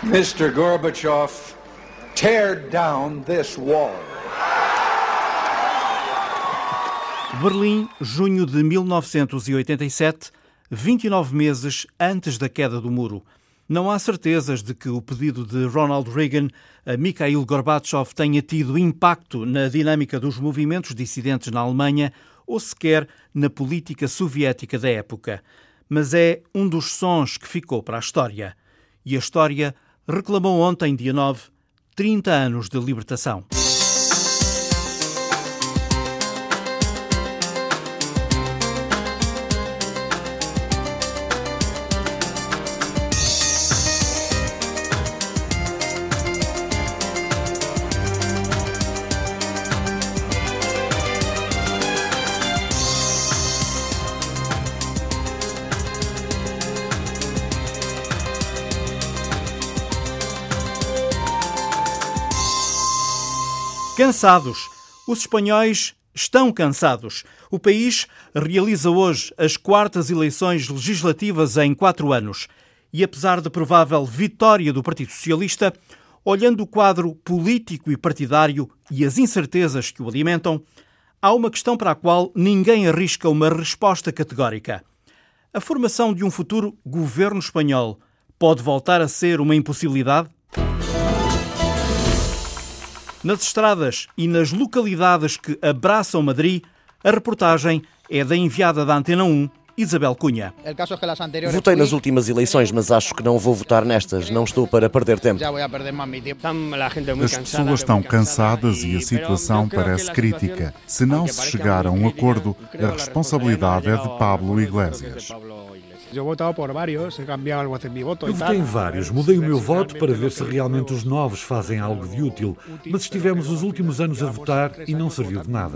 Mr. Gorbachev, tear down this wall. Berlim, junho de 1987, 29 meses antes da queda do muro. Não há certezas de que o pedido de Ronald Reagan a Mikhail Gorbachev tenha tido impacto na dinâmica dos movimentos dissidentes na Alemanha ou sequer na política soviética da época. Mas é um dos sons que ficou para a história. E a história reclamou ontem, dia 9, 30 anos de libertação. Cansados. Os espanhóis estão cansados. O país realiza hoje as quartas eleições legislativas em 4 anos. E apesar da provável vitória do Partido Socialista, olhando o quadro político e partidário e as incertezas que o alimentam, há uma questão para a qual ninguém arrisca uma resposta categórica. A formação de um futuro governo espanhol pode voltar a ser uma impossibilidade? Nas estradas e nas localidades que abraçam Madrid, a reportagem é da enviada da Antena 1, Isabel Cunha. Votei nas últimas eleições, mas acho que não vou votar nestas. Não estou para perder tempo. As pessoas estão cansadas e a situação parece crítica. Se não se chegar a um acordo, a responsabilidade é de Pablo Iglesias. Eu votei em vários, mudei o meu voto para ver se realmente os novos fazem algo de útil, mas estivemos os últimos anos a votar e não serviu de nada.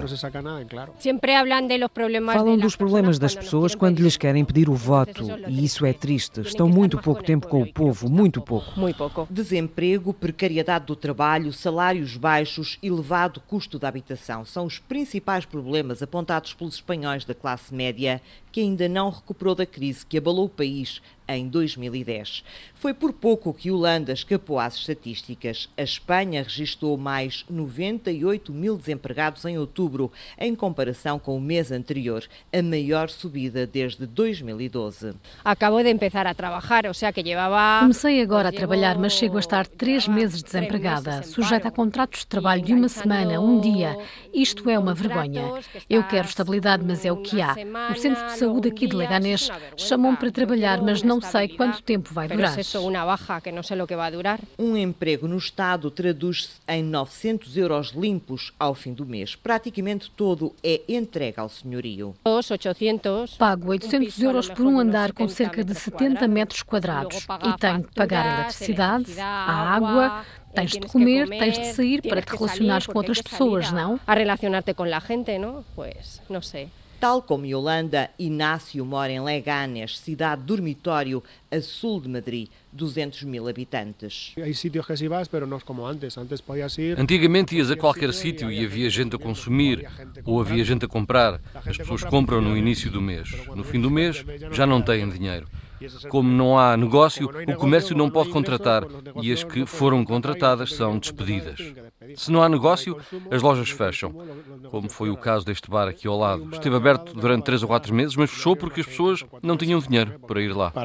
Falam dos problemas das pessoas quando lhes querem pedir o voto e isso é triste. Estão muito pouco tempo com o povo, muito pouco. Desemprego, precariedade do trabalho, salários baixos e elevado custo da habitação são os principais problemas apontados pelos espanhóis da classe média que ainda não recuperou da crise que abalou o país em 2010. Foi por pouco que Holanda escapou às estatísticas. A Espanha registrou mais 98 mil desempregados em outubro, em comparação com o mês anterior, a maior subida desde 2012. Comecei agora a trabalhar, mas chego a estar 3 meses desempregada, sujeita a contratos de trabalho de 1 semana, 1 dia. Isto é uma vergonha. Eu quero estabilidade, mas é o que há. O Centro de Saúde aqui de Leganés chamou-me para trabalhar, mas não sei quanto tempo vai durar. Um emprego no Estado traduz-se em 900 euros limpos ao fim do mês. Praticamente todo é entregue ao senhorio. Pago 800 euros por um andar com cerca de 70 metros quadrados e tenho de pagar a eletricidade, a água. Tens de comer, tens de sair para te relacionares com outras pessoas, não? Tal como Yolanda, Inácio mora em Leganés, cidade dormitório a sul de Madrid, 200 mil habitantes. Antigamente ias a qualquer sítio e havia gente a consumir ou havia gente a comprar. As pessoas compram no início do mês. No fim do mês já não têm dinheiro. Como não há negócio, o comércio não pode contratar e as que foram contratadas são despedidas. Se não há negócio, as lojas fecham, como foi o caso deste bar aqui ao lado. Esteve aberto durante 3 ou 4 meses, mas fechou porque as pessoas não tinham dinheiro para ir lá.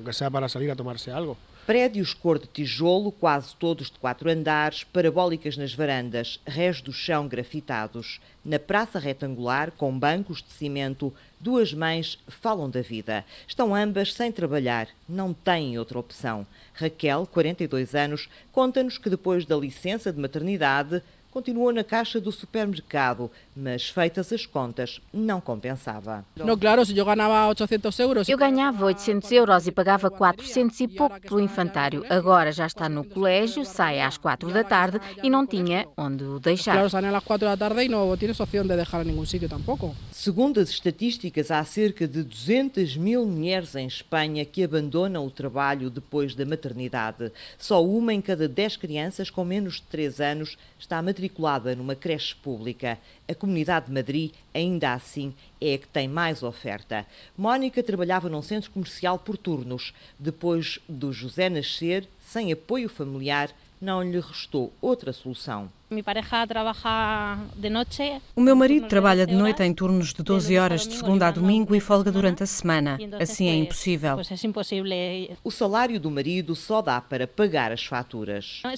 Prédios cor de tijolo, quase todos de 4 andares, parabólicas nas varandas, rés do chão grafitados. Na praça retangular, com bancos de cimento, 2 mães falam da vida. Estão ambas sem trabalhar, não têm outra opção. Raquel, 42 anos, conta-nos que depois da licença de maternidade, continuou na caixa do supermercado, mas feitas as contas, não compensava. Eu ganhava 800 euros e pagava 400 e pouco pelo infantário. Agora já está no colégio, sai às 4 da tarde e não tinha onde o deixar. Segundo as estatísticas, há cerca de 200 mil mulheres em Espanha que abandonam o trabalho depois da maternidade. Só 1 em cada 10 crianças com menos de 3 anos está matriculada matriculada numa creche pública. A Comunidade de Madrid, ainda assim, é a que tem mais oferta. Mónica trabalhava num centro comercial por turnos. Depois do José nascer, sem apoio familiar, não lhe restou outra solução. O meu marido trabalha de noite em turnos de 12 horas de segunda a domingo e folga durante a semana. Assim é impossível. O salário do marido só dá para pagar as faturas. Não é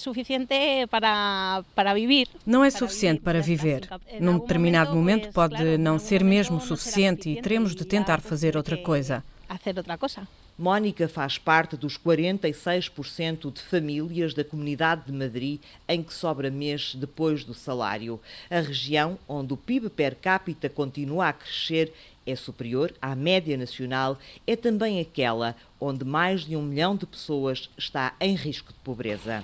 suficiente para viver. Num determinado momento pode não ser mesmo suficiente e teremos de tentar fazer outra coisa. Mónica faz parte dos 46% de famílias da Comunidade de Madrid em que sobra mês depois do salário. A região onde o PIB per capita continua a crescer é superior à média nacional, é também aquela onde mais de 1 milhão de pessoas está em risco de pobreza.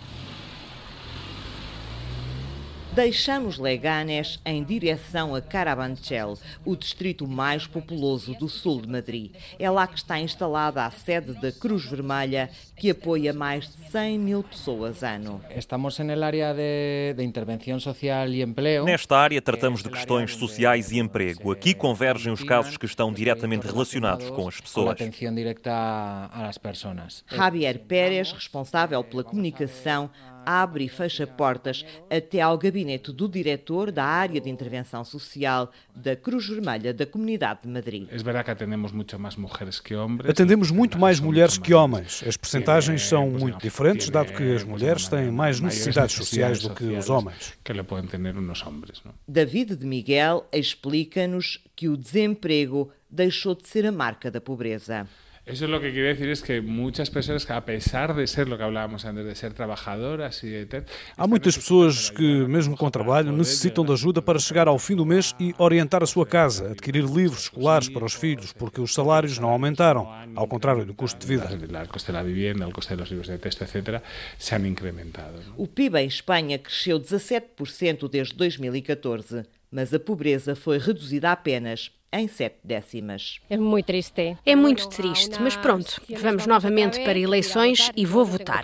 Deixamos Leganés em direção a Carabanchel, o distrito mais populoso do sul de Madrid. É lá que está instalada a sede da Cruz Vermelha, que apoia mais de 100 mil pessoas ano. Estamos na área de intervenção social e emprego. Nesta área tratamos de questões sociais e emprego. Aqui convergem os casos que estão diretamente relacionados com as pessoas. Atenção direta às pessoas. Javier Pérez, responsável pela comunicação, abre e fecha portas até ao gabinete do diretor da área de intervenção social da Cruz Vermelha da Comunidade de Madrid. É verdade que atendemos muito mais mulheres que homens. Atendemos muito mais mulheres que homens. As percentagens são muito diferentes, dado que as mulheres têm mais necessidades sociais do que os homens. Que le podem ter os homens, não? David de Miguel explica-nos que o desemprego deixou de ser a marca da pobreza. Eso lo que quiere decir es que muchas personas, a pesar de ser lo que hablábamos antes, de ser trabajadoras y de ter... Há muitas pessoas que, mesmo com trabalho, necessitam de ajuda para chegar ao fim do mês e orientar a sua casa, adquirir livros escolares para os filhos, porque os salários não aumentaram, ao contrário do custo de vida. O custo da vivienda, o custo dos livros de texto, etc., se han incrementado. O PIB em Espanha cresceu 17% desde 2014, mas a pobreza foi reduzida apenas em 7 décimas. É muito triste, mas pronto, vamos novamente para eleições e vou votar.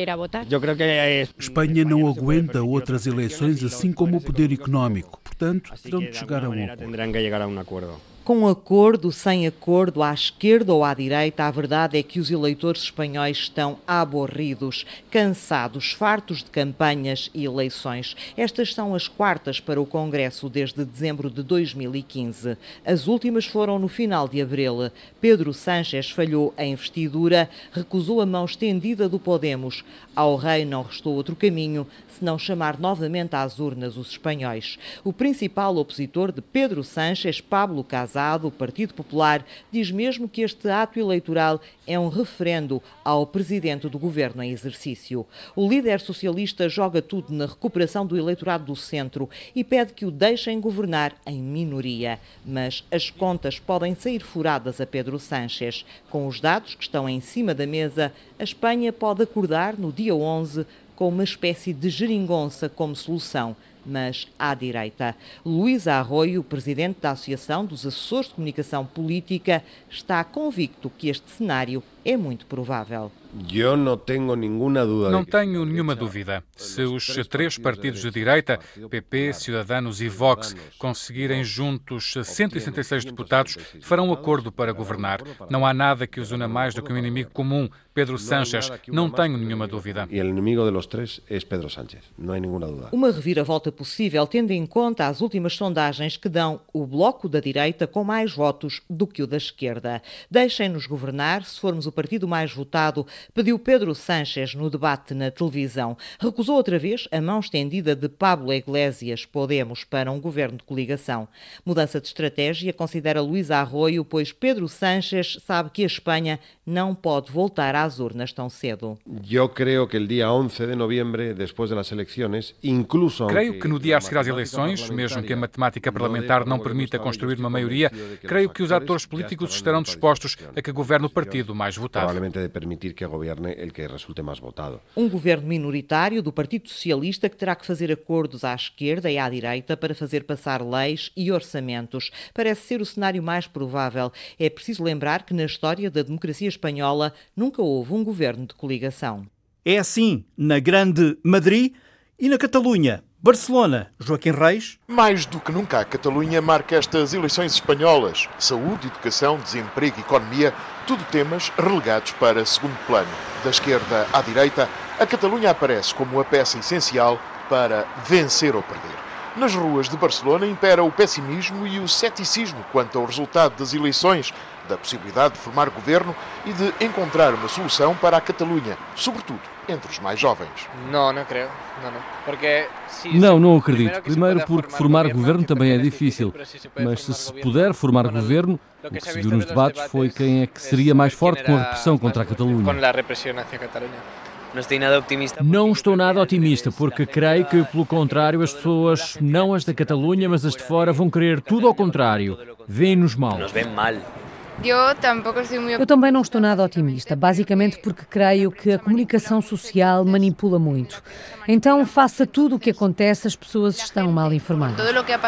Espanha não aguenta outras eleições, assim como o poder económico. Portanto, terão de chegar a um acordo. Com acordo, sem acordo, à esquerda ou à direita, a verdade é que os eleitores espanhóis estão aborridos, cansados, fartos de campanhas e eleições. Estas são as quartas para o Congresso desde dezembro de 2015. As últimas foram no final de abril. Pedro Sánchez falhou a investidura, recusou a mão estendida do Podemos. Ao rei não restou outro caminho senão chamar novamente às urnas os espanhóis. O principal opositor de Pedro Sánchez, Pablo Casado, o Partido Popular, diz mesmo que este ato eleitoral é um referendo ao presidente do governo em exercício. O líder socialista joga tudo na recuperação do eleitorado do centro e pede que o deixem governar em minoria. Mas as contas podem sair furadas a Pedro Sánchez. Com os dados que estão em cima da mesa, a Espanha pode acordar no dia 11 com uma espécie de geringonça como solução, mas à direita. Luís Arroio, presidente da Associação dos Assessores de Comunicação Política, está convicto que este cenário é muito provável. Não tenho nenhuma dúvida. Se os 3 partidos de direita, PP, Ciudadanos e Vox, conseguirem juntos 166 deputados, farão um acordo para governar. Não há nada que os una mais do que um inimigo comum, Pedro Sánchez. Não tenho nenhuma dúvida. E o inimigo dos 3 é Pedro Sánchez. Não há nenhuma dúvida. Uma reviravolta possível, tendo em conta as últimas sondagens que dão o bloco da direita com mais votos do que o da esquerda. Deixem-nos governar, se formos o partido mais votado, pediu Pedro Sánchez no debate na televisão. Recusou outra vez a mão estendida de Pablo Iglesias, Podemos, para um governo de coligação. Mudança de estratégia, considera Luís Arroio, pois Pedro Sánchez sabe que a Espanha não pode voltar às urnas tão cedo. Eu creio que o dia 11 de novembro, depois das eleições, incluso... Creio que no dia a seguir às eleições, mesmo que a matemática parlamentar não permita construir uma maioria, creio que os atores políticos estarão dispostos a que governe o partido mais votado. Provavelmente de permitir que gobierne el que resulte mais votado. Um governo minoritário do Partido Socialista que terá que fazer acordos à esquerda e à direita para fazer passar leis e orçamentos. Parece ser o cenário mais provável. É preciso lembrar que na história da democracia espanhola nunca houve um governo de coligação. É assim na Grande Madrid e na Catalunha. Barcelona, Joaquim Reis. Mais do que nunca, a Catalunha marca estas eleições espanholas. Saúde, educação, desemprego e economia, tudo temas relegados para segundo plano. Da esquerda à direita, a Catalunha aparece como a peça essencial para vencer ou perder. Nas ruas de Barcelona impera o pessimismo e o ceticismo quanto ao resultado das eleições, da possibilidade de formar governo e de encontrar uma solução para a Catalunha, sobretudo entre os mais jovens. Não acredito. Primeiro porque formar governo também é difícil, mas se puder formar governo, o que se viu nos debates foi quem é que seria mais forte com a repressão contra a Catalunha. Não estou nada otimista, porque creio que, pelo contrário, as pessoas, não as da Catalunha, mas as de fora, vão querer tudo ao contrário. Vêem-nos mal. Eu também não estou nada otimista, basicamente porque creio que a comunicação social manipula muito. Então, face a tudo o que acontece, as pessoas estão mal informadas.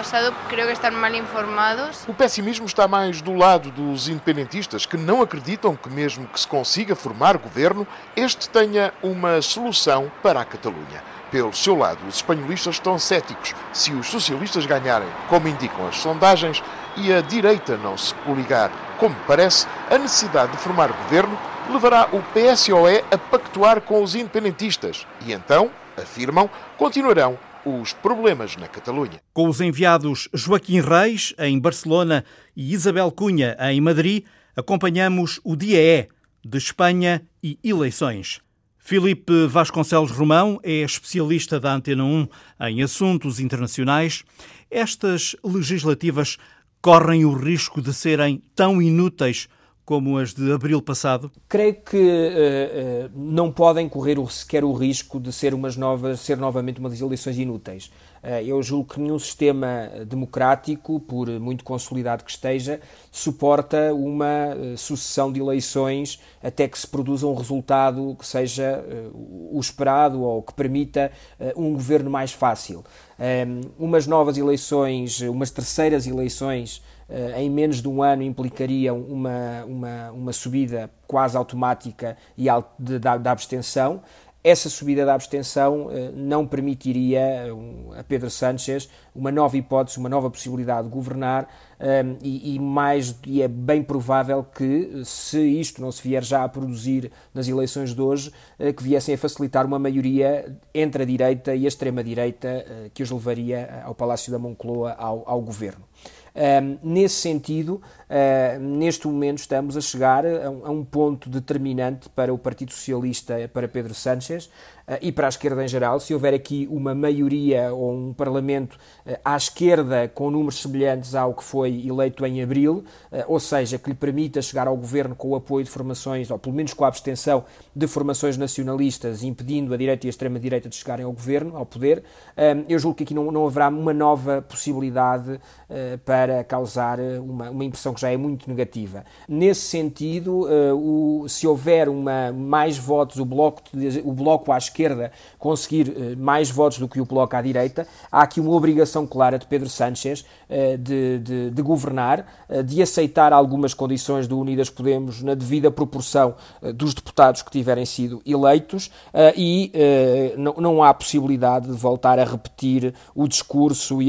O pessimismo está mais do lado dos independentistas, que não acreditam que, mesmo que se consiga formar governo, este tenha uma solução para a Catalunha. Pelo seu lado, os espanholistas estão céticos. Se os socialistas ganharem, como indicam as sondagens, e a direita não se coligar, como parece, a necessidade de formar governo levará o PSOE a pactuar com os independentistas. E então, afirmam, continuarão os problemas na Catalunha. Com os enviados Joaquim Reis, em Barcelona, e Isabel Cunha, em Madrid, acompanhamos o Dia E de Espanha e eleições. Filipe Vasconcelos Romão é especialista da Antena 1 em assuntos internacionais. Estas legislativas correm o risco de serem tão inúteis como as de abril passado? Creio que não podem correr sequer o risco de ser novamente umas eleições inúteis. Eu julgo que nenhum sistema democrático, por muito consolidado que esteja, suporta uma sucessão de eleições até que se produza um resultado que seja o esperado ou que permita um governo mais fácil. Umas novas eleições, umas terceiras eleições em menos de um ano implicariam uma subida quase automática da abstenção. Essa subida da abstenção não permitiria a Pedro Sánchez uma nova hipótese, uma nova possibilidade de governar e é bem provável que, se isto não se vier já a produzir nas eleições de hoje, que viessem a facilitar uma maioria entre a direita e a extrema-direita que os levaria ao Palácio da Moncloa ao governo. Nesse sentido, neste momento estamos a chegar a um ponto determinante para o Partido Socialista, para Pedro Sánchez e para a esquerda em geral. Se houver aqui uma maioria ou um Parlamento à esquerda com números semelhantes ao que foi eleito em abril, ou seja, que lhe permita chegar ao governo com o apoio de formações, ou pelo menos com a abstenção de formações nacionalistas, impedindo a direita e a extrema-direita de chegarem ao governo, ao poder, eu julgo que aqui não haverá uma nova possibilidade para causar uma impressão que já é muito negativa. Nesse sentido, se houver mais votos, o bloco à esquerda conseguir mais votos do que o bloco à direita, há aqui uma obrigação clara de Pedro Sánchez de governar, de aceitar algumas condições do Unidas Podemos na devida proporção dos deputados que tiverem sido eleitos e não há possibilidade de voltar a repetir o discurso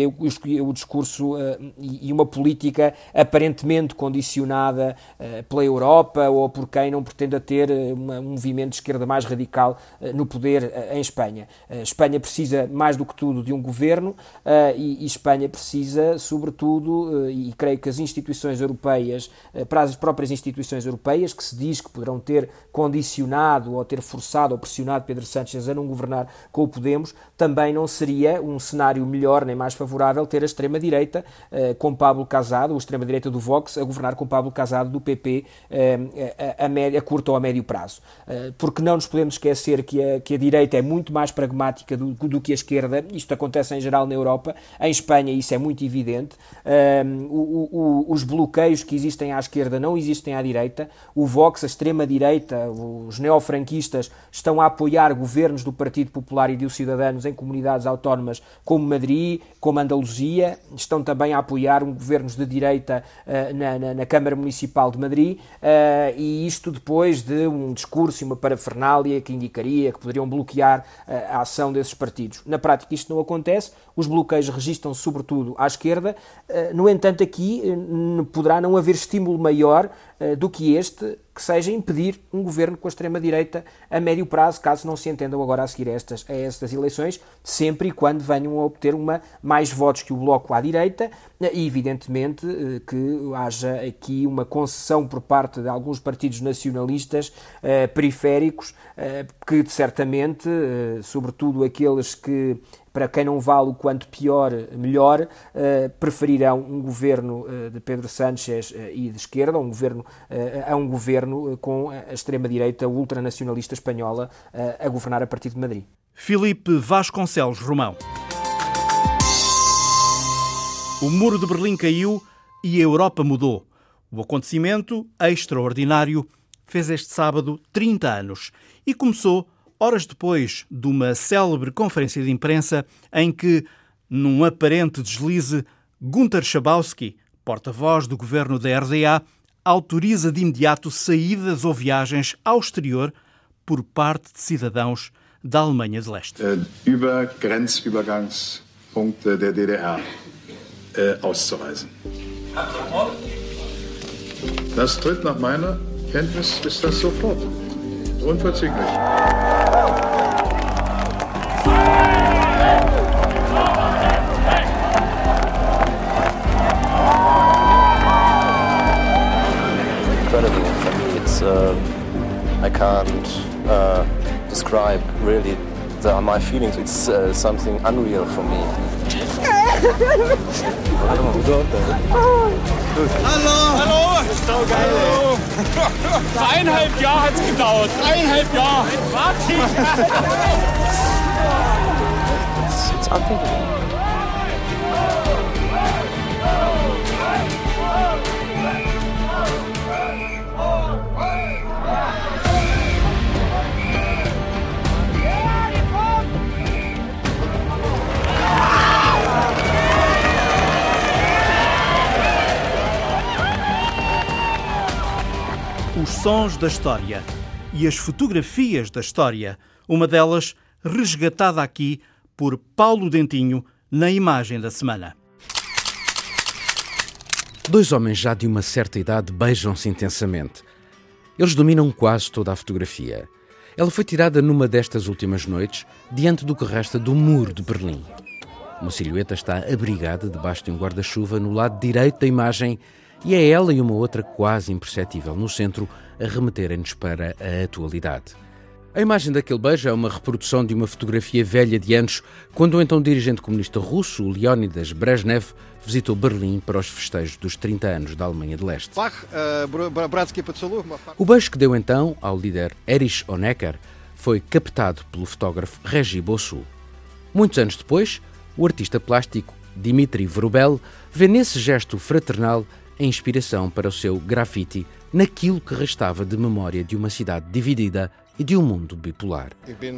e uma política aparentemente condicionada pela Europa ou por quem não pretenda ter um movimento de esquerda mais radical no poder em Espanha. Espanha precisa, mais do que tudo, de um governo e Espanha precisa, sobretudo, e creio que as instituições europeias, para as próprias instituições europeias, que se diz que poderão ter condicionado ou ter forçado ou pressionado Pedro Sánchez a não governar com o Podemos, também não seria um cenário melhor nem mais favorável ter a extrema-direita com Pablo Casado, a extrema-direita do Vox, a governar com Pablo Casado do PP a curto ou a médio prazo. Porque não nos podemos esquecer que a direita é muito mais pragmática do que a esquerda. Isto acontece em geral na Europa. Em Espanha isso é muito evidente. Os bloqueios que existem à esquerda não existem à direita. O Vox, a extrema-direita, os neofranquistas estão a apoiar governos do Partido Popular e dos Cidadanos em comunidades autónomas como Madrid, como Andaluzia. Estão também a apoiar apoiar governos de direita na Câmara Municipal de Madrid, e isto depois de um discurso e uma parafernália que indicaria que poderiam bloquear a ação desses partidos. Na prática isto não acontece, os bloqueios registram-se sobretudo à esquerda. No entanto, aqui poderá não haver estímulo maior do que este, que seja impedir um governo com a extrema-direita a médio prazo, caso não se entendam agora a seguir a estas eleições, sempre e quando venham a obter mais votos que o Bloco à direita, e evidentemente que haja aqui uma concessão por parte de alguns partidos nacionalistas periféricos, que certamente, sobretudo aqueles que, para quem não vale o quanto pior, melhor, preferirão um governo de Pedro Sánchez e de esquerda, a um governo com a extrema-direita ultranacionalista espanhola a governar a partir de Madrid. Filipe Vasconcelos Romão. O Muro de Berlim caiu e a Europa mudou. O acontecimento extraordinário fez este sábado 30 anos e começou horas depois de uma célebre conferência de imprensa em que, num aparente deslize, Gunter Schabowski, porta-voz do governo da RDA, autoriza de imediato saídas ou viagens ao exterior por parte de cidadãos da Alemanha de Leste. Über Grenzübergangspunkte der DDR auszureisen. Das tritt nach meiner Kenntnis ist das sofort. Unverzüglich. Incredible for me. It's I can't describe really my feelings. It's something unreal for me. Hallo! Hallo! Das ist so geil, hallo! 3,5 Jahre hat es gedauert. 3,5 Jahre! Warte! It's unthinkable. Os sons da história e as fotografias da história, uma delas resgatada aqui por Paulo Dentinho na imagem da semana. Dois homens já de uma certa idade beijam-se intensamente. Eles dominam quase toda a fotografia. Ela foi tirada numa destas últimas noites, diante do que resta do Muro de Berlim. Uma silhueta está abrigada debaixo de um guarda-chuva no lado direito da imagem, e é ela e uma outra quase imperceptível no centro a remeterem-nos para a atualidade. A imagem daquele beijo é uma reprodução de uma fotografia velha de anos, quando o então dirigente comunista russo, Leonidas Brezhnev, visitou Berlim para os festejos dos 30 anos da Alemanha de Leste. O beijo que deu então ao líder Erich Honecker foi captado pelo fotógrafo Regis Bossou. Muitos anos depois, o artista plástico Dmitry Vrubel vê nesse gesto fraternal a inspiração para o seu grafite naquilo que restava de memória de uma cidade dividida e de um mundo bipolar.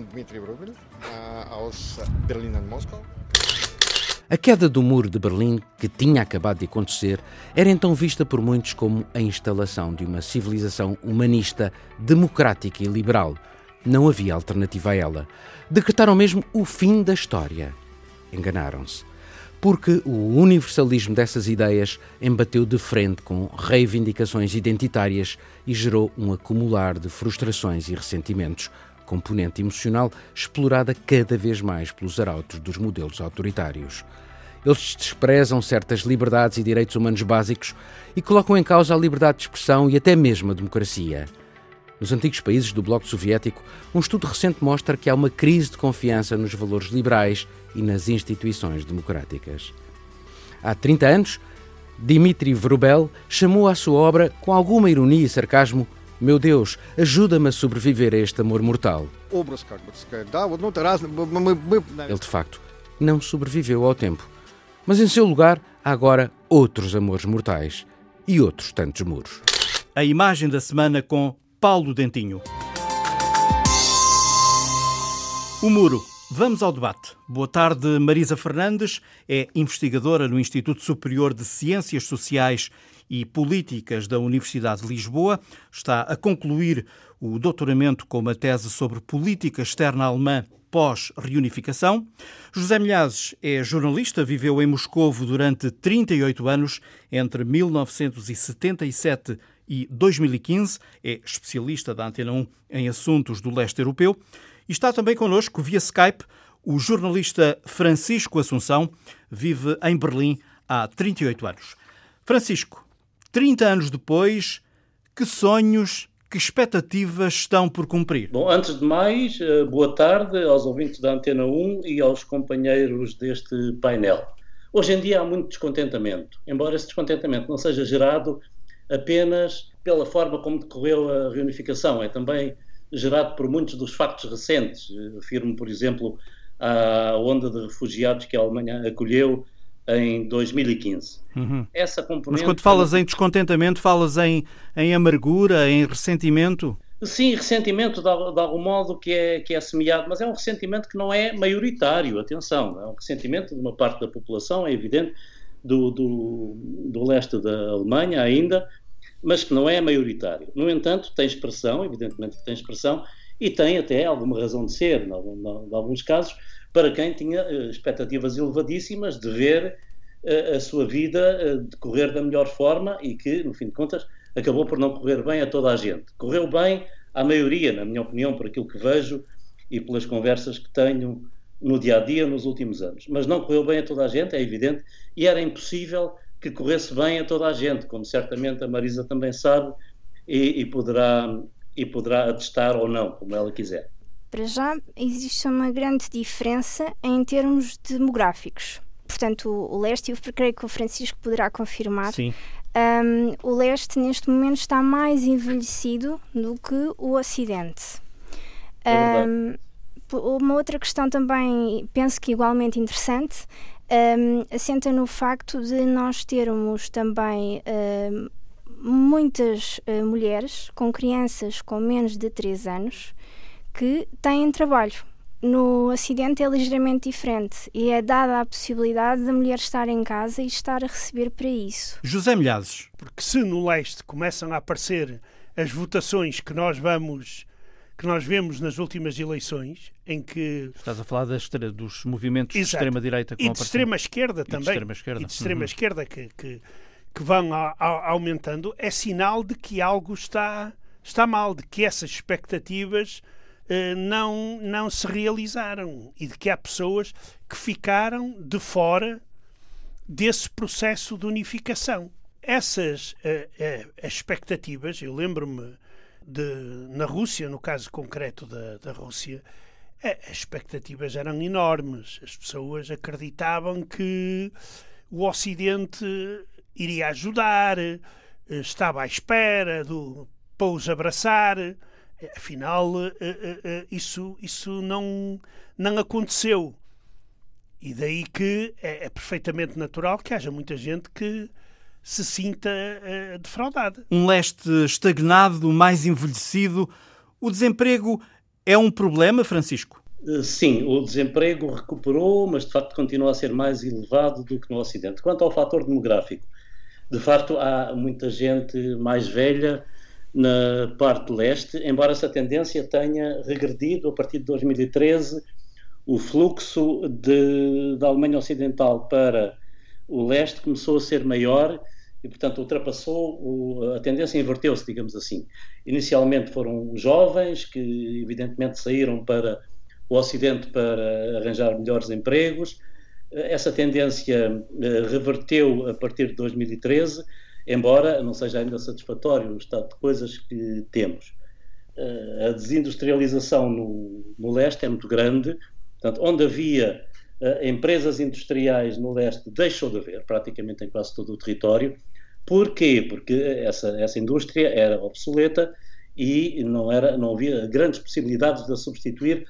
A queda do Muro de Berlim, que tinha acabado de acontecer, era então vista por muitos como a instalação de uma civilização humanista, democrática e liberal. Não havia alternativa a ela. Decretaram mesmo o fim da história. Enganaram-se. Porque o universalismo dessas ideias embateu de frente com reivindicações identitárias e gerou um acumular de frustrações e ressentimentos, componente emocional explorada cada vez mais pelos arautos dos modelos autoritários. Eles desprezam certas liberdades e direitos humanos básicos e colocam em causa a liberdade de expressão e até mesmo a democracia. Nos antigos países do Bloco Soviético, um estudo recente mostra que há uma crise de confiança nos valores liberais e nas instituições democráticas. Há 30 anos, Dmitry Vrubel chamou à sua obra, com alguma ironia e sarcasmo, "Meu Deus, ajuda-me a sobreviver a este amor mortal." Ele, de facto, não sobreviveu ao tempo. Mas em seu lugar, há agora outros amores mortais e outros tantos muros. A imagem da semana com Paulo Dentinho. O muro Vamos ao debate. Boa tarde, Marisa Fernandes, é investigadora no Instituto Superior de Ciências Sociais e Políticas da Universidade de Lisboa. Está a concluir o doutoramento com uma tese sobre política externa alemã pós-reunificação. José Milhazes é jornalista, viveu em Moscovo durante 38 anos, entre 1977 e 2015. É especialista da Antena 1 em assuntos do leste europeu. E está também connosco, via Skype, o jornalista Francisco Assunção, vive em Berlim há 38 anos. Francisco, 30 anos depois, que sonhos, que expectativas estão por cumprir? Bom, antes de mais, boa tarde aos ouvintes da Antena 1 e aos companheiros deste painel. Hoje em dia há muito descontentamento, embora esse descontentamento não seja gerado apenas pela forma como decorreu a reunificação, é também gerado por muitos dos factos recentes. Refiro-me, por exemplo, à onda de refugiados que a Alemanha acolheu em 2015. Essa componente... Mas quando falas em descontentamento, falas em amargura, em ressentimento? Sim, ressentimento de algum modo que é semeado, mas é um ressentimento que não é maioritário, atenção, é um ressentimento de uma parte da população, é evidente, do leste da Alemanha ainda, mas que não é maioritário. No entanto, tem expressão, evidentemente que tem expressão, e tem até alguma razão de ser, em alguns casos, para quem tinha expectativas elevadíssimas de ver a sua vida decorrer da melhor forma e que, no fim de contas, acabou por não correr bem a toda a gente. Correu bem à maioria, na minha opinião, por aquilo que vejo e pelas conversas que tenho no dia-a-dia nos últimos anos. Mas não correu bem a toda a gente, é evidente, e era impossível que corresse bem a toda a gente, como certamente a Marisa também sabe e poderá atestar ou não, como ela quiser. Para já, existe uma grande diferença em termos demográficos. Portanto, o leste, eu creio que o Francisco poderá confirmar, sim. O leste neste momento está mais envelhecido do que o ocidente. Uma outra questão também, penso que igualmente interessante, assenta no facto de nós termos também muitas mulheres com crianças com menos de 3 anos que têm trabalho. No Ocidente é ligeiramente diferente e é dada a possibilidade da mulher estar em casa e estar a receber para isso. José Milhazes. Porque se no leste começam a aparecer as votações que nós vemos nas últimas eleições, em que... Estás a falar dos movimentos de extrema-direita que vão aparecer. E de extrema-esquerda também. E de extrema-esquerda que vão aumentando, é sinal de que algo está mal, de que essas expectativas não se realizaram e de que há pessoas que ficaram de fora desse processo de unificação. Essas expectativas, eu lembro-me na Rússia, no caso concreto da Rússia, as expectativas eram enormes. As pessoas acreditavam que o Ocidente iria ajudar, estava à espera para os abraçar. Afinal, isso não aconteceu. E daí que é perfeitamente natural que haja muita gente que se sinta defraudada. Um leste estagnado, mais envelhecido. O desemprego é um problema, Francisco? Sim, o desemprego recuperou, mas de facto continua a ser mais elevado do que no Ocidente. Quanto ao fator demográfico, de facto há muita gente mais velha na parte leste, embora essa tendência tenha regredido a partir de 2013. O fluxo da Alemanha Ocidental para o leste começou a ser maior e, portanto, ultrapassou, a tendência inverteu-se, digamos assim. Inicialmente foram os jovens que, evidentemente, saíram para o Ocidente para arranjar melhores empregos. Essa tendência reverteu a partir de 2013, embora não seja ainda satisfatório o estado de coisas que temos. A desindustrialização no leste é muito grande, portanto, onde havia empresas industriais no leste deixou de haver, praticamente em quase todo o território. Porquê? Porque essa indústria era obsoleta e não havia grandes possibilidades de a substituir,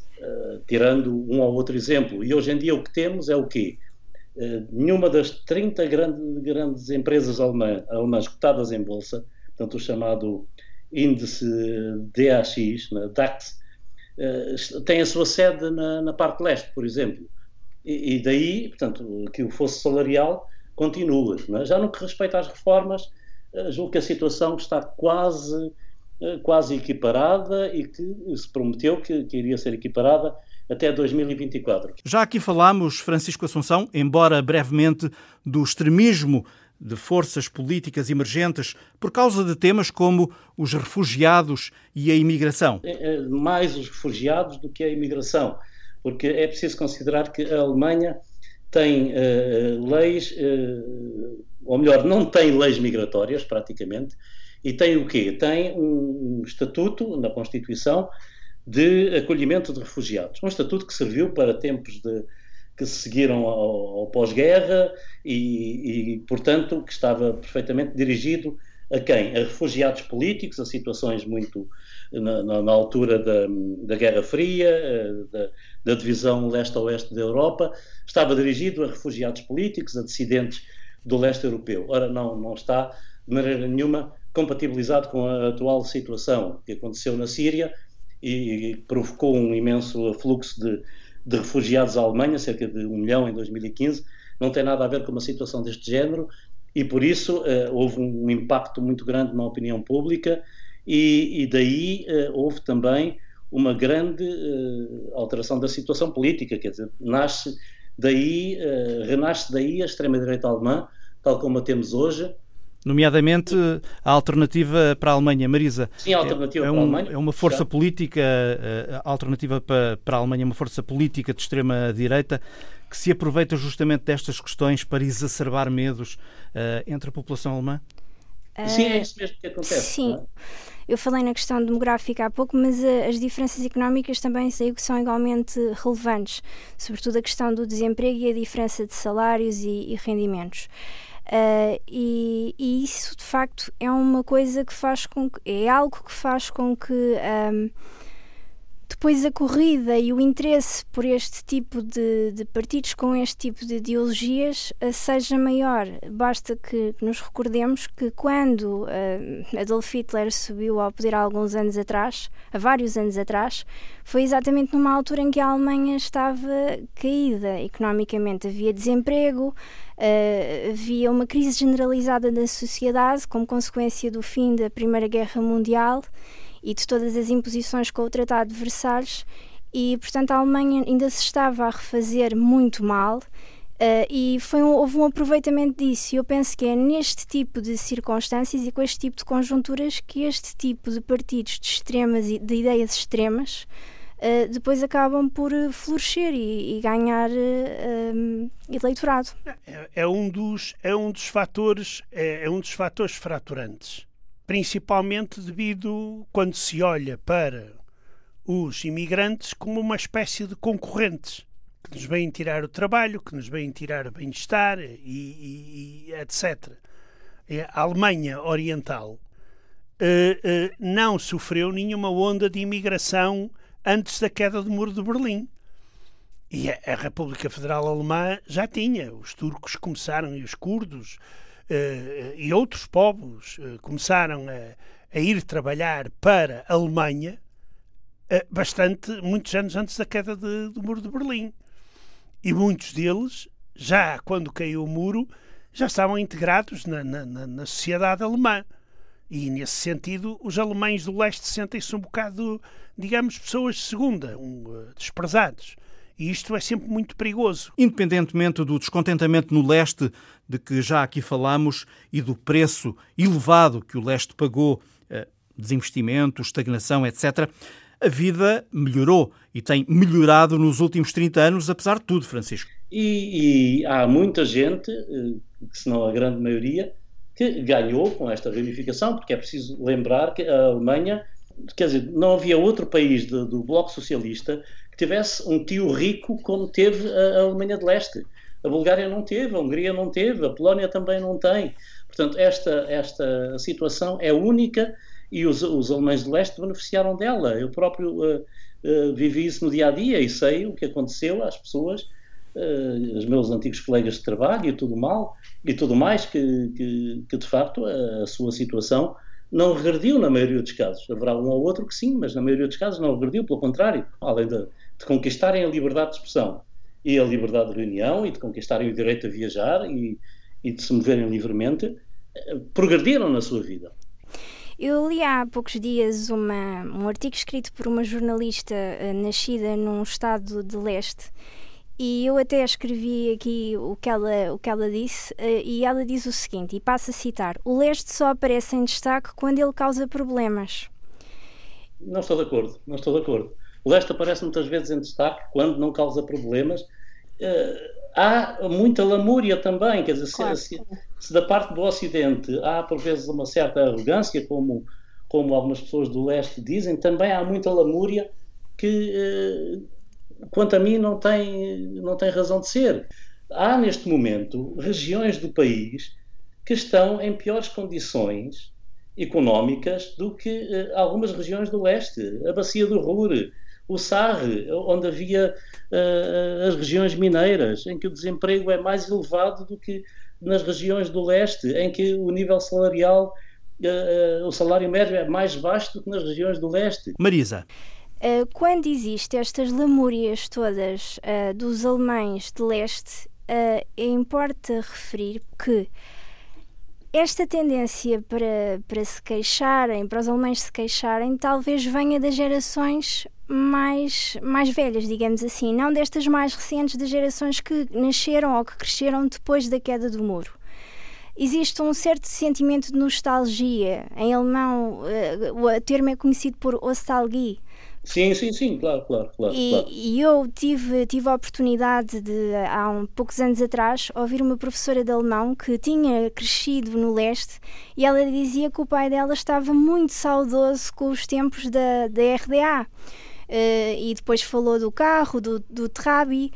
tirando um ou outro exemplo. E hoje em dia o que temos é o quê? Nenhuma das 30 grandes empresas alemãs cotadas em bolsa, portanto o chamado índice DAX, DAX, tem a sua sede na parte leste, por exemplo. E daí, portanto, que o fosso salarial continua. Não é? Já no que respeita às reformas, julgo que a situação está quase equiparada e que se prometeu que iria ser equiparada até 2024. Já aqui falámos, Francisco Assunção, embora brevemente, do extremismo de forças políticas emergentes por causa de temas como os refugiados e a imigração. Mais os refugiados do que a imigração, porque é preciso considerar que a Alemanha tem leis, ou melhor, não tem leis migratórias praticamente, e tem o quê? Tem um estatuto na Constituição de acolhimento de refugiados. Um estatuto que serviu para tempos que se seguiram ao pós-guerra e, portanto, que estava perfeitamente dirigido a quem? A refugiados políticos, a situações muito na altura da Guerra Fria, da divisão leste-oeste da Europa. Estava dirigido a refugiados políticos, a dissidentes do leste europeu. Ora, não está de maneira nenhuma compatibilizado com a atual situação que aconteceu na Síria e provocou um imenso fluxo de refugiados à Alemanha, cerca de 1 milhão em 2015, não tem nada a ver com uma situação deste género e por isso houve um impacto muito grande na opinião pública e daí houve também uma grande alteração da situação política, quer dizer, renasce daí a extrema-direita alemã, tal como a temos hoje. Nomeadamente a alternativa para a Alemanha. Marisa, sim, a alternativa para a Alemanha. É uma força política, a alternativa para a Alemanha é uma força política de extrema-direita que se aproveita justamente destas questões para exacerbar medos entre a população alemã? Sim, é isso mesmo que acontece. Sim, não é? Eu falei na questão demográfica há pouco, mas as diferenças económicas também sei que são igualmente relevantes, sobretudo a questão do desemprego e a diferença de salários e rendimentos. E isso de facto é uma coisa que faz com que, é algo que faz com que depois a corrida e o interesse por este tipo de partidos com este tipo de ideologias seja maior. Basta que nos recordemos que quando Adolf Hitler subiu ao poder há vários anos atrás, foi exatamente numa altura em que a Alemanha estava caída economicamente. Havia desemprego, havia uma crise generalizada da sociedade como consequência do fim da Primeira Guerra Mundial e de todas as imposições com o Tratado de Versalhes e, portanto, a Alemanha ainda se estava a refazer muito mal e houve um aproveitamento disso. E eu penso que é neste tipo de circunstâncias e com este tipo de conjunturas que este tipo de partidos de ideias extremas depois acabam por florescer e ganhar eleitorado. É um dos fatores fraturantes. Principalmente devido quando se olha para os imigrantes como uma espécie de concorrentes que nos vêm tirar o trabalho, que nos vêm tirar o bem-estar e etc. A Alemanha Oriental não sofreu nenhuma onda de imigração antes da queda do Muro de Berlim. E a República Federal Alemã já tinha. Os turcos começaram e os curdos e outros povos começaram a ir trabalhar para a Alemanha muitos anos antes da queda do Muro de Berlim. E muitos deles, já quando caiu o muro, já estavam integrados na sociedade alemã. E, nesse sentido, os alemães do leste sentem-se um bocado, digamos, pessoas de segunda, desprezados. E isto é sempre muito perigoso. Independentemente do descontentamento no leste, de que já aqui falámos, e do preço elevado que o leste pagou, desinvestimento, estagnação, etc., a vida melhorou e tem melhorado nos últimos 30 anos, apesar de tudo, Francisco. E há muita gente, se não a grande maioria, que ganhou com esta reunificação, porque é preciso lembrar que a Alemanha, quer dizer, não havia outro país do Bloco Socialista que tivesse um tio rico como teve a Alemanha de Leste. A Bulgária não teve, a Hungria não teve, a Polónia também não tem. Portanto, esta situação é única e os alemães de Leste beneficiaram dela. Eu próprio vivi isso no dia-a-dia e sei o que aconteceu às pessoas, os meus antigos colegas de trabalho e tudo mais, que de facto a sua situação não regrediu na maioria dos casos. Haverá um ou outro que sim, mas na maioria dos casos não regrediu, pelo contrário. Além de conquistarem a liberdade de expressão e a liberdade de reunião e de conquistarem o direito a viajar e de se moverem livremente, progrediram na sua vida. Eu li há poucos dias um artigo escrito por uma jornalista nascida num estado de leste, e eu até escrevi aqui o que ela disse, e ela diz o seguinte, e passo a citar: o leste só aparece em destaque quando ele causa problemas. Não estou de acordo. O leste aparece muitas vezes em destaque quando não causa problemas. Há muita lamúria também, quer dizer, claro. Se da parte do Ocidente há por vezes uma certa arrogância, como algumas pessoas do leste dizem, também há muita lamúria que, quanto a mim, não tem razão de ser. Há neste momento regiões do país que estão em piores condições económicas do que algumas regiões do leste, a Bacia do Ruhr, o Sarre, onde havia as regiões mineiras, em que o desemprego é mais elevado do que nas regiões do leste, em que o nível salarial, o salário médio é mais baixo do que nas regiões do leste. Marisa. Quando existem estas lamúrias todas dos alemães de leste, importa referir que esta tendência para se queixarem, para os alemães se queixarem, talvez venha das gerações mais velhas, digamos assim, não destas mais recentes, das gerações que nasceram ou que cresceram depois da queda do muro. Existe um certo sentimento de nostalgia. Em alemão, o termo é conhecido por Ostalgie. Sim, claro. E eu tive a oportunidade de, há poucos anos atrás, ouvir uma professora de alemão que tinha crescido no leste, e ela dizia que o pai dela estava muito saudoso com os tempos da RDA. E depois falou do carro, do Trabi,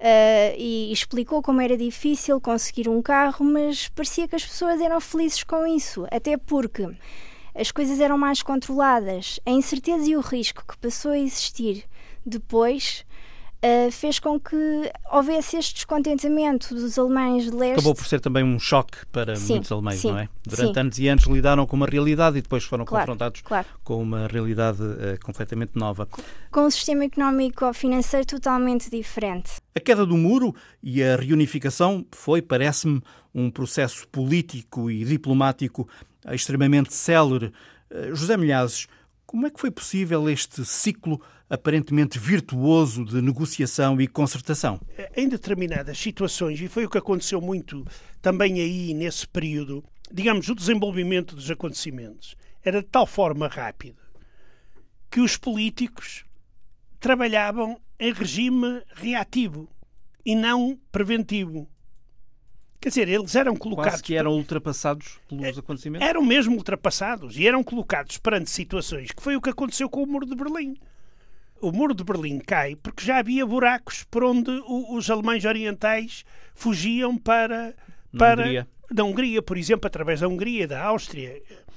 e explicou como era difícil conseguir um carro, mas parecia que as pessoas eram felizes com isso, até porque as coisas eram mais controladas. A incerteza e o risco que passou a existir depois fez com que houvesse este descontentamento dos alemães de leste. Acabou por ser também um choque para muitos alemães, não é? Durante anos e anos lidaram com uma realidade e depois foram confrontados com uma realidade completamente nova. Com um sistema económico-financeiro totalmente diferente. A queda do muro e a reunificação foi, parece-me, um processo político e diplomático extremamente célere. José Milhazes, como é que foi possível este ciclo aparentemente virtuoso de negociação e concertação? Em determinadas situações, e foi o que aconteceu muito também aí nesse período, digamos, o desenvolvimento dos acontecimentos era de tal forma rápido que os políticos trabalhavam em regime reativo e não preventivo. Quer dizer, eles eram colocados... Quase que eram ultrapassados pelos acontecimentos? Eram mesmo ultrapassados e eram colocados perante situações, que foi o que aconteceu com o Muro de Berlim. O Muro de Berlim cai porque já havia buracos por onde os alemães orientais fugiam para da Hungria, por exemplo, através da Hungria, da Áustria.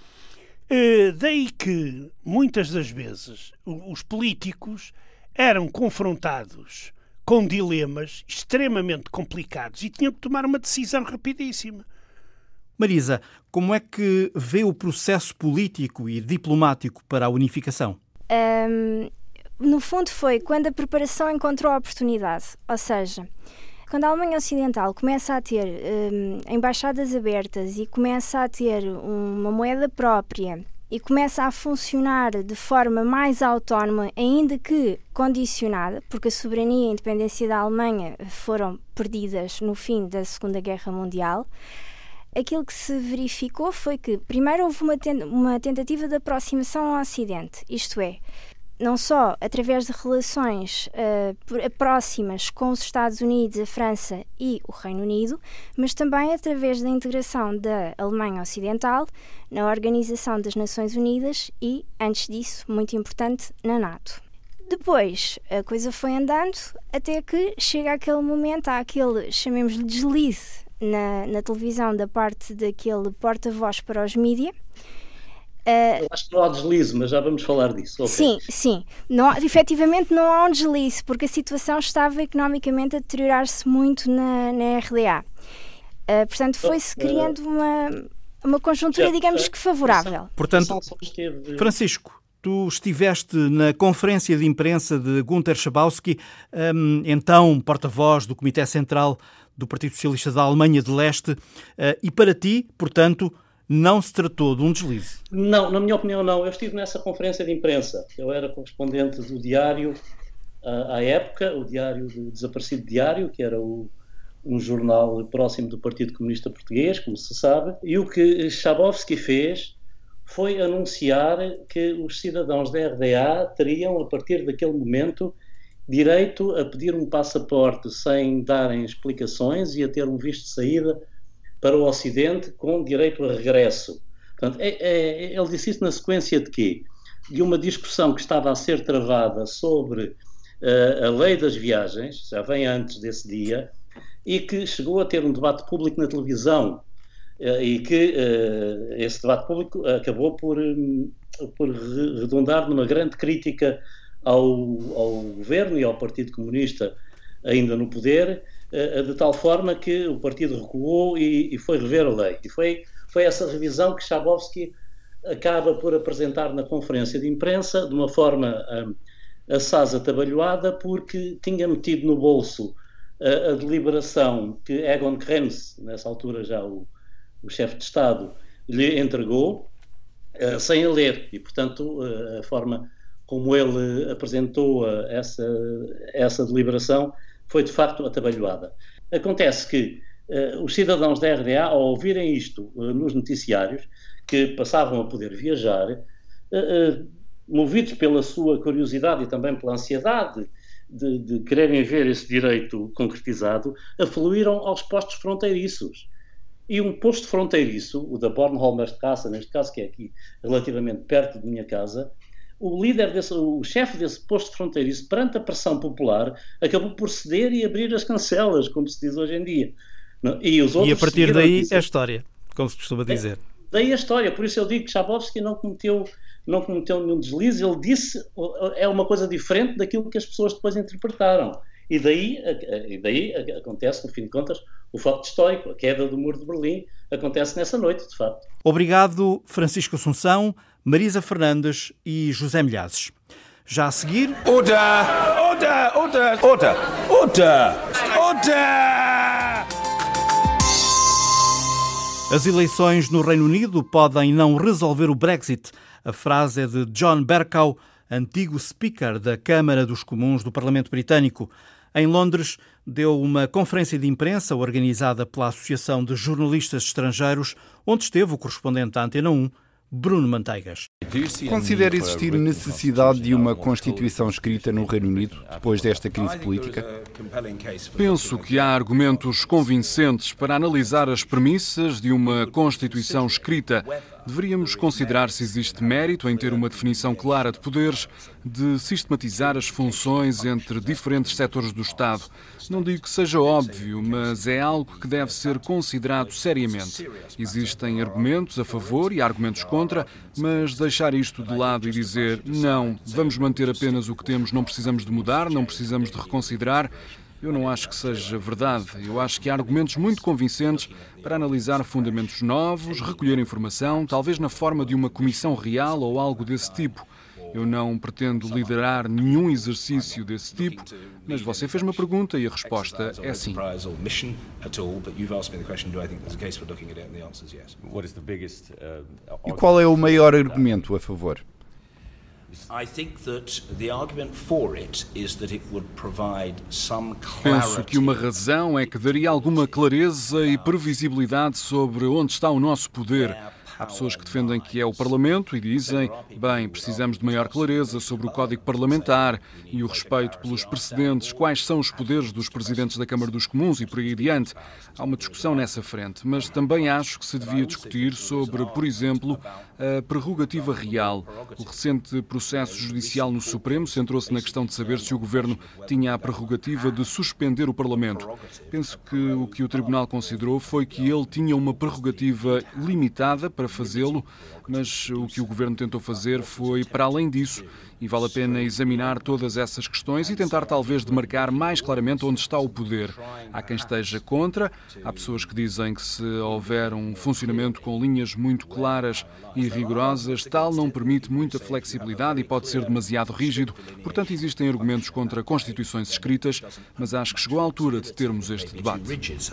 Daí que, muitas das vezes, os políticos eram confrontados com dilemas extremamente complicados e tinham que tomar uma decisão rapidíssima. Marisa, como é que vê o processo político e diplomático para a unificação? No fundo foi quando a preparação encontrou a oportunidade, ou seja, quando a Alemanha Ocidental começa a ter embaixadas abertas e começa a ter uma moeda própria e começa a funcionar de forma mais autónoma, ainda que condicionada, porque a soberania e a independência da Alemanha foram perdidas no fim da Segunda Guerra Mundial, aquilo que se verificou foi que, primeiro, houve uma tentativa de aproximação ao Ocidente, isto é, não só através de relações próximas com os Estados Unidos, a França e o Reino Unido, mas também através da integração da Alemanha Ocidental na Organização das Nações Unidas e, antes disso, muito importante, na NATO. Depois, a coisa foi andando até que chega aquele momento, há aquele, chamemos-lhe deslize, na televisão da parte daquele porta-voz para os mídia. Eu acho que não há deslize, mas já vamos falar disso. Okay. Sim. Efetivamente não há um deslize, porque a situação estava economicamente a deteriorar-se muito na RDA. Portanto, foi-se criando uma conjuntura, digamos que favorável. Portanto, Francisco, tu estiveste na conferência de imprensa de Günter Schabowski, então porta-voz do Comitê Central do Partido Socialista da Alemanha de Leste, e para ti, portanto, não se tratou de um deslize? Não, na minha opinião não. Eu estive nessa conferência de imprensa. Eu era correspondente do Diário à época, o Diário do Desaparecido Diário, que era um jornal próximo do Partido Comunista Português, como se sabe, e o que Schabowski fez foi anunciar que os cidadãos da RDA teriam, a partir daquele momento, direito a pedir um passaporte sem darem explicações e a ter um visto de saída para o Ocidente com direito a regresso. Portanto, ele disse isso na sequência de quê? De uma discussão que estava a ser travada sobre a lei das viagens, já vem antes desse dia, e que chegou a ter um debate público na televisão, e que esse debate público acabou por redundar numa grande crítica ao governo e ao Partido Comunista ainda no poder, de tal forma que o partido recuou e foi rever a lei. E foi essa revisão que Schabowski acaba por apresentar na conferência de imprensa de uma forma assaz atabalhoada, porque tinha metido no bolso a deliberação que Egon Krenz, nessa altura já o chefe de Estado, lhe entregou, sem a ler. E, portanto, a forma como ele apresentou essa deliberação foi, de facto, atabalhoada. Acontece que os cidadãos da RDA, ao ouvirem isto nos noticiários, que passavam a poder viajar, movidos pela sua curiosidade e também pela ansiedade de quererem ver esse direito concretizado, afluíram aos postos fronteiriços. E um posto fronteiriço, o da Bornholmerstrasse, neste caso, que é aqui relativamente perto de minha casa, o chefe desse posto fronteiriço, perante a pressão popular, acabou por ceder e abrir as cancelas, como se diz hoje em dia. E a partir daí é história, como se costuma dizer. Daí a história, por isso eu digo que Schabowski não cometeu nenhum deslize. Ele disse é uma coisa diferente daquilo que as pessoas depois interpretaram. E daí acontece, no fim de contas, o facto histórico, a queda do Muro de Berlim, acontece nessa noite, de facto. Obrigado, Francisco Assunção, Marisa Fernandes e José Milhazes. Já a seguir... Order! As eleições no Reino Unido podem não resolver o Brexit. A frase é de John Bercow, antigo Speaker da Câmara dos Comuns do Parlamento Britânico. Em Londres, deu uma conferência de imprensa organizada pela Associação de Jornalistas Estrangeiros, onde esteve o correspondente da Antena 1, Bruno Manteigas. Considera existir necessidade de uma Constituição escrita no Reino Unido depois desta crise política? Penso que há argumentos convincentes para analisar as premissas de uma Constituição escrita. Deveríamos considerar se existe mérito em ter uma definição clara de poderes, de sistematizar as funções entre diferentes setores do Estado. Não digo que seja óbvio, mas é algo que deve ser considerado seriamente. Existem argumentos a favor e argumentos contra, mas deixar isto de lado e dizer não, vamos manter apenas o que temos, não precisamos de mudar, não precisamos de reconsiderar, eu não acho que seja verdade. Eu acho que há argumentos muito convincentes para analisar fundamentos novos, recolher informação, talvez na forma de uma comissão real ou algo desse tipo. Eu não pretendo liderar nenhum exercício desse tipo, mas você fez uma pergunta e a resposta é sim. E qual é o maior argumento a favor? Penso que uma razão é que daria alguma clareza e previsibilidade sobre onde está o nosso poder. Há pessoas que defendem que é o Parlamento e dizem, bem, precisamos de maior clareza sobre o Código Parlamentar e o respeito pelos precedentes, quais são os poderes dos presidentes da Câmara dos Comuns e por aí adiante. Há uma discussão nessa frente, mas também acho que se devia discutir sobre, por exemplo, a prerrogativa real. O recente processo judicial no Supremo centrou-se na questão de saber se o Governo tinha a prerrogativa de suspender o Parlamento. Penso que o Tribunal considerou foi que ele tinha uma prerrogativa limitada para para fazê-lo, mas o que o Governo tentou fazer foi para além disso, e vale a pena examinar todas essas questões e tentar talvez demarcar mais claramente onde está o poder. Há quem esteja contra, há pessoas que dizem que se houver um funcionamento com linhas muito claras e rigorosas, tal não permite muita flexibilidade e pode ser demasiado rígido. Portanto, existem argumentos contra constituições escritas, mas acho que chegou a altura de termos este debate.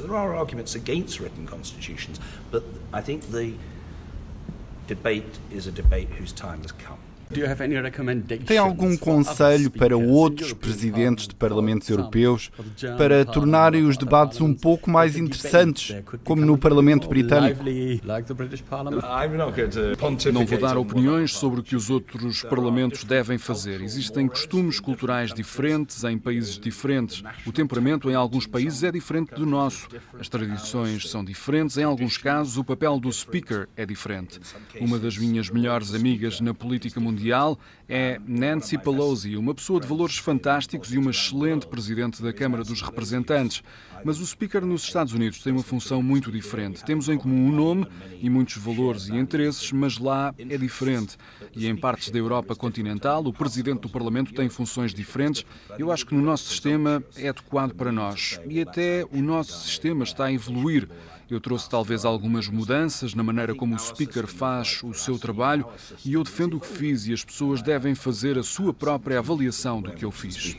Tem algum conselho para outros presidentes de parlamentos europeus para tornarem os debates um pouco mais interessantes, como no Parlamento Britânico? Não vou dar opiniões sobre o que os outros parlamentos devem fazer. Existem costumes culturais diferentes em países diferentes. O temperamento em alguns países é diferente do nosso. As tradições são diferentes. Em alguns casos, o papel do speaker é diferente. Uma das minhas melhores amigas na política mundial é Nancy Pelosi, uma pessoa de valores fantásticos e uma excelente presidente da Câmara dos Representantes. Mas o Speaker nos Estados Unidos tem uma função muito diferente. Temos em comum um nome e muitos valores e interesses, mas lá é diferente. E em partes da Europa continental, o Presidente do Parlamento tem funções diferentes. Eu acho que no nosso sistema é adequado para nós. E até o nosso sistema está a evoluir. Eu trouxe talvez algumas mudanças na maneira como o Speaker faz o seu trabalho e eu defendo o que fiz e as pessoas devem fazer a sua própria avaliação do que eu fiz.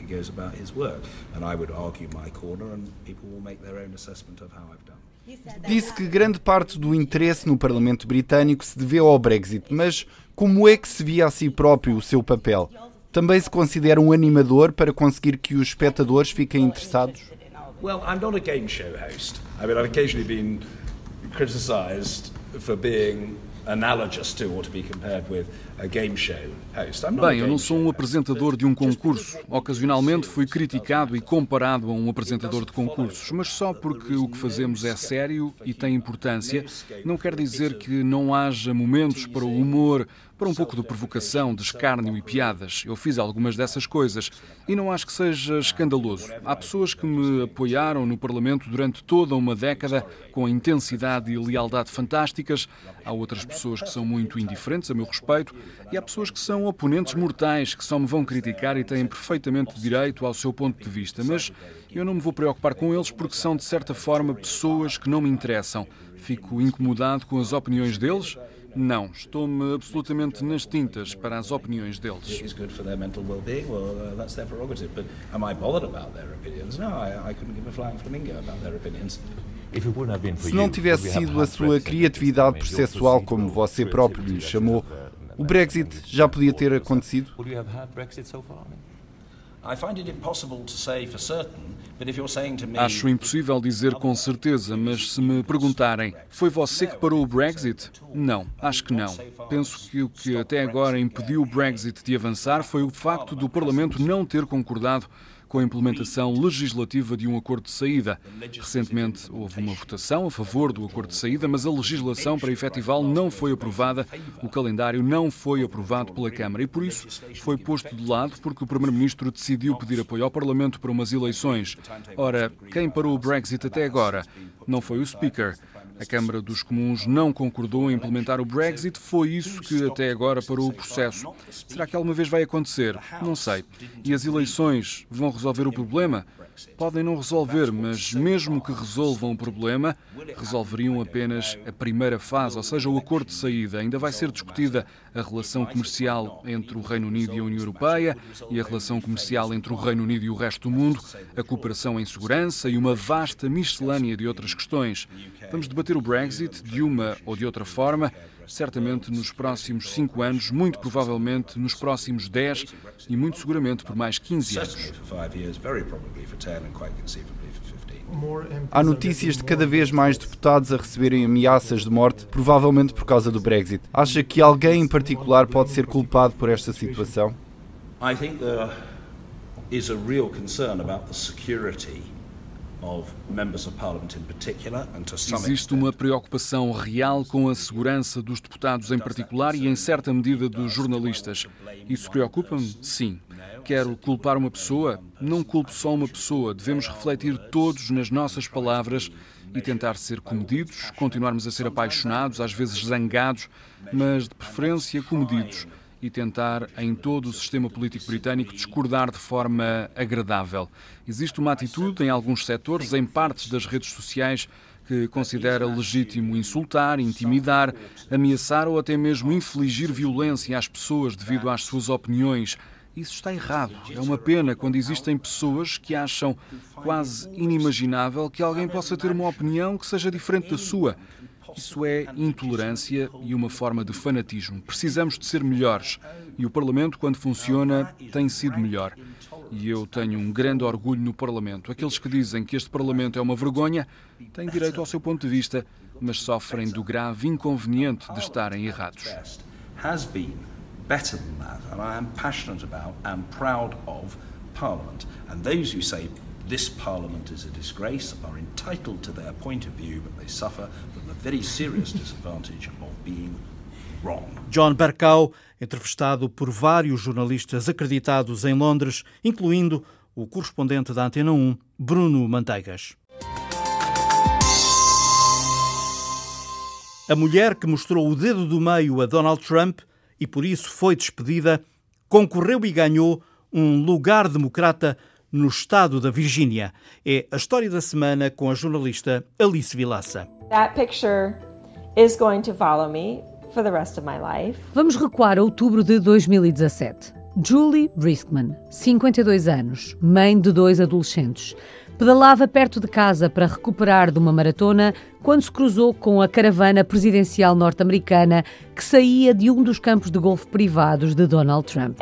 Disse que grande parte do interesse no Parlamento Britânico se deveu ao Brexit, mas como é que se via a si próprio o seu papel? Também se considera um animador para conseguir que os espectadores fiquem interessados? Well, I'm not a game show host. I mean, I've occasionally been criticised for being analogous to or to be compared with a game show host. Bem, eu não sou um apresentador de um concurso. Ocasionalmente fui criticado e comparado a um apresentador de concursos, mas só porque o que fazemos é sério e tem importância, não quer dizer que não haja momentos para o humor, para um pouco de provocação, de escárnio e piadas. Eu fiz algumas dessas coisas e não acho que seja escandaloso. Há pessoas que me apoiaram no Parlamento durante toda uma década com intensidade e lealdade fantásticas. Há outras pessoas que são muito indiferentes a meu respeito e há pessoas que são oponentes mortais, que só me vão criticar e têm perfeitamente direito ao seu ponto de vista. Mas eu não me vou preocupar com eles porque são, de certa forma, pessoas que não me interessam. Fico incomodado com as opiniões deles? Não, estou-me absolutamente nas tintas para as opiniões deles. Se não tivesse sido a sua criatividade processual, como você próprio lhe chamou, o Brexit já podia ter acontecido? Acho impossível dizer com certeza, mas se me perguntarem, foi você que parou o Brexit? Não, acho que não. Penso que o que até agora impediu o Brexit de avançar foi o facto do Parlamento não ter concordado com a implementação legislativa de um acordo de saída. Recentemente houve uma votação a favor do acordo de saída, mas a legislação para efetivá-lo não foi aprovada, o calendário não foi aprovado pela Câmara e por isso foi posto de lado porque o Primeiro-Ministro decidiu pedir apoio ao Parlamento para umas eleições. Ora, quem parou o Brexit até agora? Não foi o Speaker. A Câmara dos Comuns não concordou em implementar o Brexit, foi isso que até agora parou o processo. Será que alguma vez vai acontecer? Não sei. E as eleições vão resolver o problema? Podem não resolver, mas mesmo que resolvam o problema, resolveriam apenas a primeira fase, ou seja, o acordo de saída. Ainda vai ser discutida a relação comercial entre o Reino Unido e a União Europeia e a relação comercial entre o Reino Unido e o resto do mundo, a cooperação em segurança e uma vasta miscelânea de outras questões. Vamos debater o Brexit de uma ou de outra forma, certamente nos próximos 5 anos, muito provavelmente nos próximos 10 e muito seguramente por mais 15 anos. Há notícias de cada vez mais deputados a receberem ameaças de morte, provavelmente por causa do Brexit. Acha que alguém em particular pode ser culpado por esta situação? I think there is a real concern about the security Existe uma preocupação real com a segurança dos deputados em particular e, em certa medida, dos jornalistas. Isso preocupa-me? Sim. Quero culpar uma pessoa? Não culpo só uma pessoa. Devemos refletir todos nas nossas palavras e tentar ser comedidos, continuarmos a ser apaixonados, às vezes zangados, mas de preferência comedidos, e tentar, em todo o sistema político britânico, discordar de forma agradável. Existe uma atitude em alguns setores, em partes das redes sociais, que considera legítimo insultar, intimidar, ameaçar ou até mesmo infligir violência às pessoas devido às suas opiniões. Isso está errado. É uma pena quando existem pessoas que acham quase inimaginável que alguém possa ter uma opinião que seja diferente da sua. Isso é intolerância e uma forma de fanatismo. Precisamos de ser melhores. E o Parlamento, quando funciona, tem sido melhor. E eu tenho um grande orgulho no Parlamento. Aqueles que dizem que este Parlamento é uma vergonha têm direito ao seu ponto de vista, mas sofrem do grave inconveniente de estarem errados. Better than that, and I am passionate about and proud of Parliament. And those who say this Parliament is a disgrace are entitled to their point of view, but they suffer from the very serious disadvantage of being wrong. John Bercow, entrevistado por vários jornalistas acreditados em Londres, incluindo o correspondente da Antena 1, Bruno Manteigas. A mulher que mostrou o dedo do meio a Donald Trump e por isso foi despedida, concorreu e ganhou um lugar democrata no estado da Virgínia. É a história da semana com a jornalista Alice Vilaça. That picture is going to follow me for the rest of my life. Vamos recuar a outubro de 2017. Julie Briskman, 52 anos, mãe de 2 adolescentes, pedalava perto de casa para recuperar de uma maratona quando se cruzou com a caravana presidencial norte-americana que saía de um dos campos de golfe privados de Donald Trump.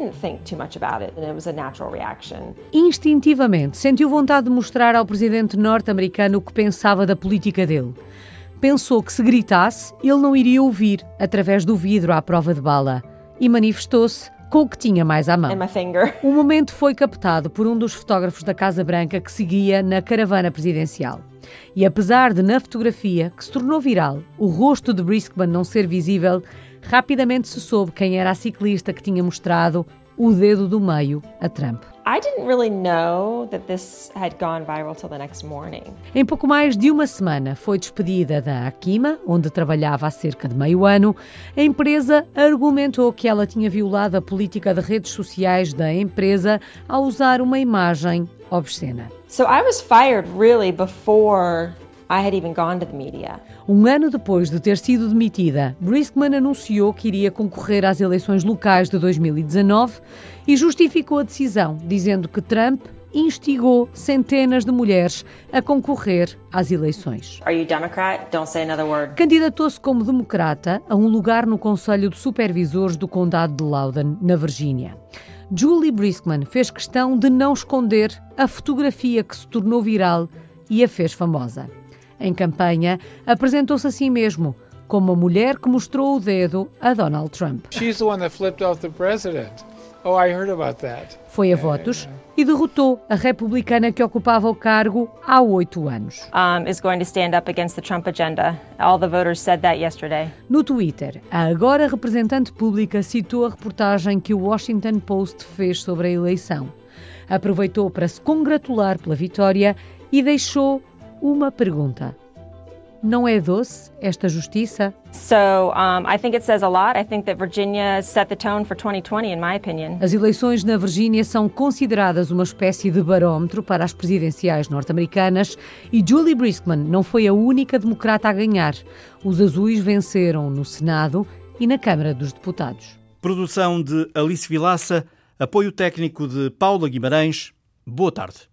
Instintivamente, sentiu vontade de mostrar ao presidente norte-americano o que pensava da política dele. Pensou que se gritasse, ele não iria ouvir através do vidro à prova de bala e manifestou-se com o que tinha mais à mão. O momento foi captado por um dos fotógrafos da Casa Branca que seguia na caravana presidencial. E apesar de, na fotografia, que se tornou viral, o rosto de Briskman não ser visível, rapidamente se soube quem era a ciclista que tinha mostrado o dedo do meio a Trump. I didn't really know that this had gone viral till the next morning. Em pouco mais de uma semana foi despedida da Akima, onde trabalhava há cerca de meio ano. A empresa argumentou que ela tinha violado a política de redes sociais da empresa ao usar uma imagem obscena. So I was fired really before I had even gone to the media. Um ano depois de ter sido demitida, Briskman anunciou que iria concorrer às eleições locais de 2019 e justificou a decisão, dizendo que Trump instigou centenas de mulheres a concorrer às eleições. Are you Democrat? Don't say another word. Candidatou-se como democrata a um lugar no Conselho de Supervisores do Condado de Loudoun, na Virgínia. Julie Briskman fez questão de não esconder a fotografia que se tornou viral e a fez famosa. Em campanha, apresentou-se a si mesmo como a mulher que mostrou o dedo a Donald Trump. She's the one that flipped off the president. Oh, I heard about that. Foi a votos e derrotou a republicana que ocupava o cargo há 8 anos. Is going to stand up against the Trump agenda. All the voters said that yesterday. No Twitter, a agora representante pública citou a reportagem que o Washington Post fez sobre a eleição. Aproveitou para se congratular pela vitória e deixou uma pergunta. Não é doce esta justiça? So, I think it says a lot. I think that Virginia set the tone for 2020, in my opinion. As eleições na Virgínia são consideradas uma espécie de barómetro para as presidenciais norte-americanas e Julie Briskman não foi a única democrata a ganhar. Os azuis venceram no Senado e na Câmara dos Deputados. Produção de Alice Vilaça, apoio técnico de Paula Guimarães. Boa tarde.